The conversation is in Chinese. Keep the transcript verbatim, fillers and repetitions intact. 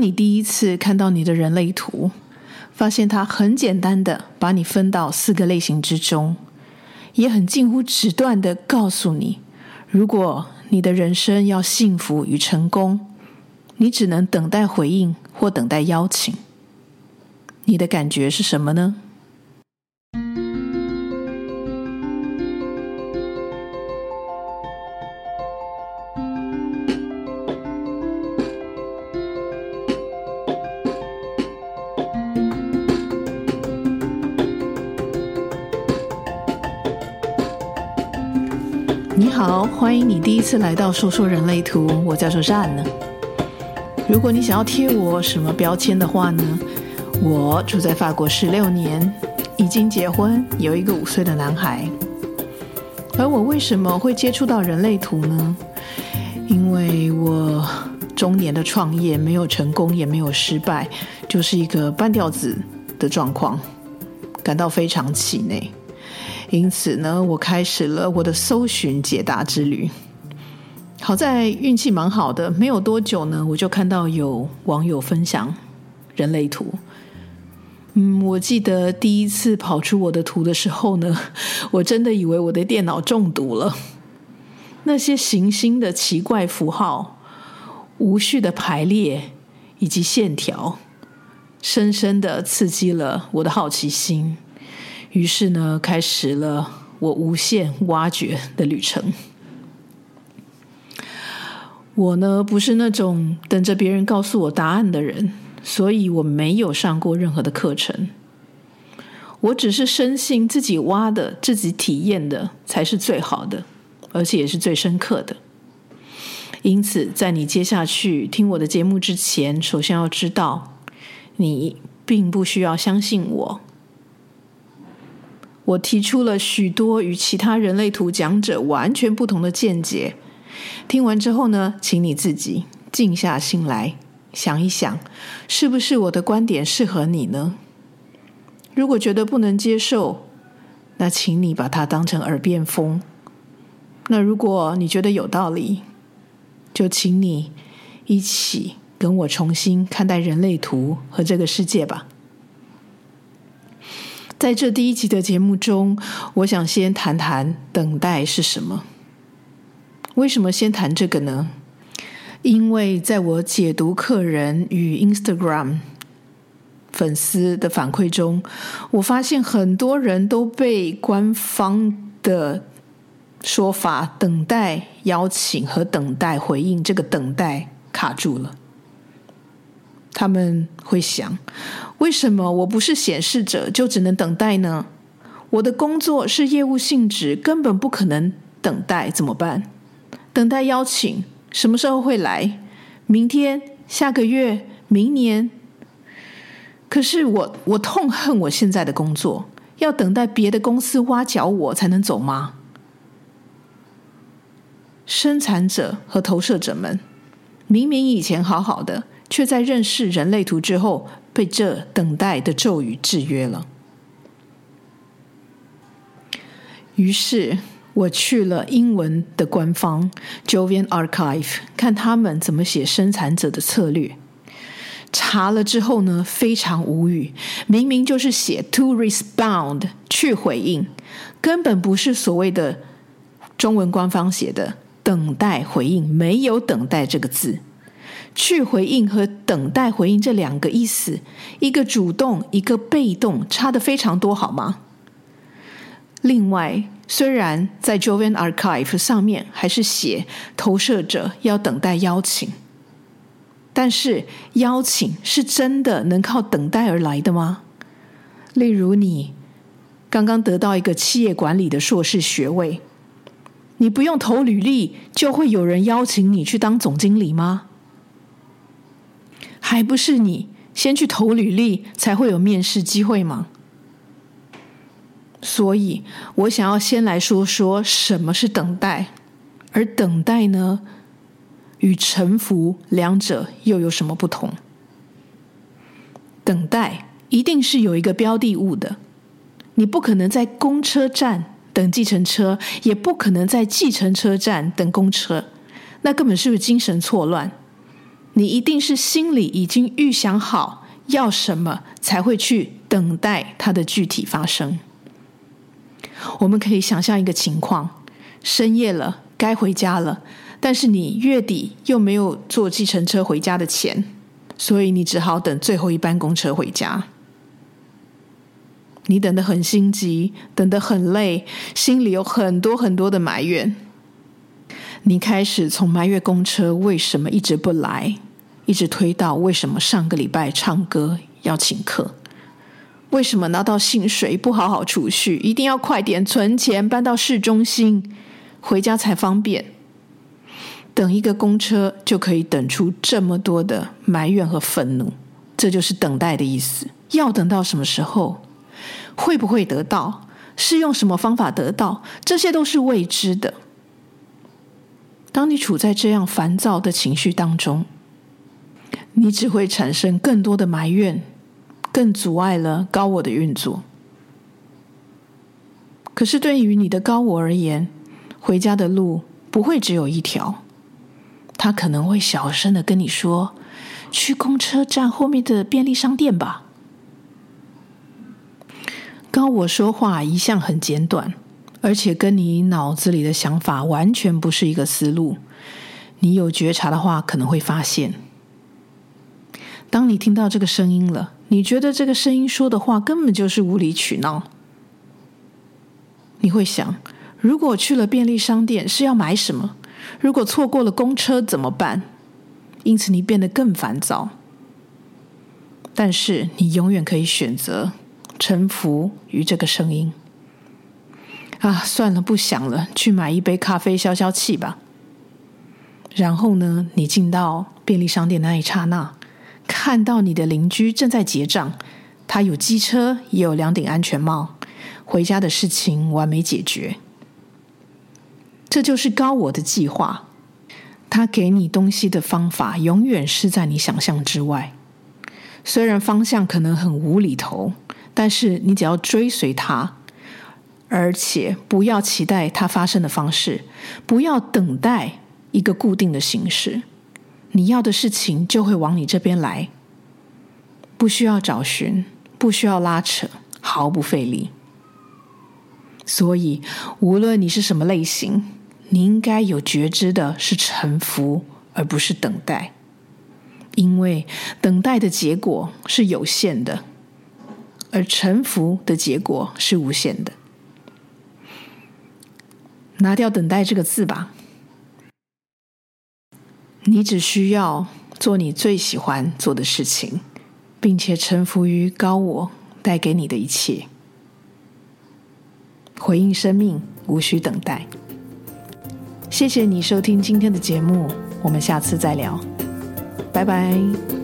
当你第一次看到你的人类图，发现它很简单的把你分到四个类型之中，也很近乎直断的告诉你，如果你的人生要幸福与成功，你只能等待回应或等待邀请。你的感觉是什么呢？你好，欢迎你第一次来到说说人类图，我叫做善呢。如果你想要贴我什么标签的话呢，我住在法国十六年，已经结婚，有一个五岁的男孩。而我为什么会接触到人类图呢？因为我中年的创业没有成功也没有失败，就是一个半吊子的状况，感到非常气馁。因此呢，我开始了我的搜寻解答之旅。好在运气蛮好的，没有多久呢，我就看到有网友分享人类图。嗯，我记得第一次跑出我的图的时候呢，我真的以为我的电脑中毒了。那些行星的奇怪符号、无序的排列以及线条，深深的刺激了我的好奇心。于是呢，开始了我无限挖掘的旅程。我呢，不是那种等着别人告诉我答案的人，所以我没有上过任何的课程。我只是深信自己挖的、自己体验的才是最好的，而且也是最深刻的。因此，在你接下去听我的节目之前，首先要知道，你并不需要相信我。我提出了许多与其他人类图讲者完全不同的见解，听完之后呢，请你自己静下心来想一想，是不是我的观点适合你呢？如果觉得不能接受，那请你把它当成耳边风。那如果你觉得有道理，就请你一起跟我重新看待人类图和这个世界吧。在这第一集的节目中，我想先谈谈等待是什么。为什么先谈这个呢？因为在我解读客人与 Instagram 粉丝的反馈中，我发现很多人都被官方的说法等待邀请和等待回应这个等待卡住了。他们会想，为什么我不是显示者就只能等待呢？我的工作是业务性质，根本不可能等待，怎么办？等待邀请什么时候会来？明天、下个月、明年？可是我我痛恨我现在的工作，要等待别的公司挖角我才能走吗？生产者和投射者们，明明以前好好的，却在认识人类图之后，被这等待的咒语制约了。于是我去了英文的官方 Jovian Archive， 看他们怎么写生产者的策略。查了之后呢，非常无语，明明就是写 to respond 去回应，根本不是所谓的中文官方写的等待回应，没有等待这个字。去回应和等待回应这两个意思，一个主动，一个被动，差得非常多，好吗？另外，虽然在 Jovian Archive 上面还是写投射者要等待邀请，但是邀请是真的能靠等待而来的吗？例如你刚刚得到一个企业管理的硕士学位，你不用投履历就会有人邀请你去当总经理吗？还不是你先去投履历才会有面试机会吗？所以我想要先来说说什么是等待，而等待呢，与臣服两者又有什么不同？等待一定是有一个标的物的，你不可能在公车站等计程车，也不可能在计程车站等公车，那根本是不是精神错乱？ 你一定是心里已经预想好要什么，才会去等待它的具体发生。我们可以想象一个情况，深夜了，该回家了，但是你月底又没有坐计程车回家的钱，所以你只好等最后一班公车回家。你等得很心急，等得很累，心里有很多很多的埋怨。你开始从埋怨公车为什么一直不来，一直推到为什么上个礼拜唱歌要请客，为什么拿到薪水不好好储蓄，一定要快点存钱搬到市中心，回家才方便。等一个公车就可以等出这么多的埋怨和愤怒，这就是等待的意思。要等到什么时候？会不会得到？是用什么方法得到？这些都是未知的。当你处在这样烦躁的情绪当中，你只会产生更多的埋怨，更阻碍了高我的运作。可是对于你的高我而言，回家的路不会只有一条，他可能会小声的跟你说，去公车站后面的便利商店吧。高我说话一向很简短，而且跟你脑子里的想法完全不是一个思路。你有觉察的话，可能会发现，当你听到这个声音了，你觉得这个声音说的话根本就是无理取闹。你会想，如果去了便利商店是要买什么？如果错过了公车怎么办？因此你变得更烦躁。但是你永远可以选择臣服于这个声音。啊，算了，不想了，去买一杯咖啡消消气吧。然后呢，你进到便利商店那一刹那，看到你的邻居正在结账，他有机车，也有两顶安全帽，回家的事情完美解决。这就是高我的计划，他给你东西的方法永远是在你想象之外。虽然方向可能很无厘头，但是你只要追随它，而且不要期待它发生的方式，不要等待一个固定的形式，你要的事情就会往你这边来，不需要找寻，不需要拉扯，毫不费力。所以无论你是什么类型，你应该有觉知的是臣服，而不是等待。因为等待的结果是有限的，而臣服的结果是无限的。拿掉等待这个字吧，你只需要做你最喜欢做的事情，并且臣服于高我带给你的一切。回应生命，无需等待。谢谢你收听今天的节目，我们下次再聊，拜拜。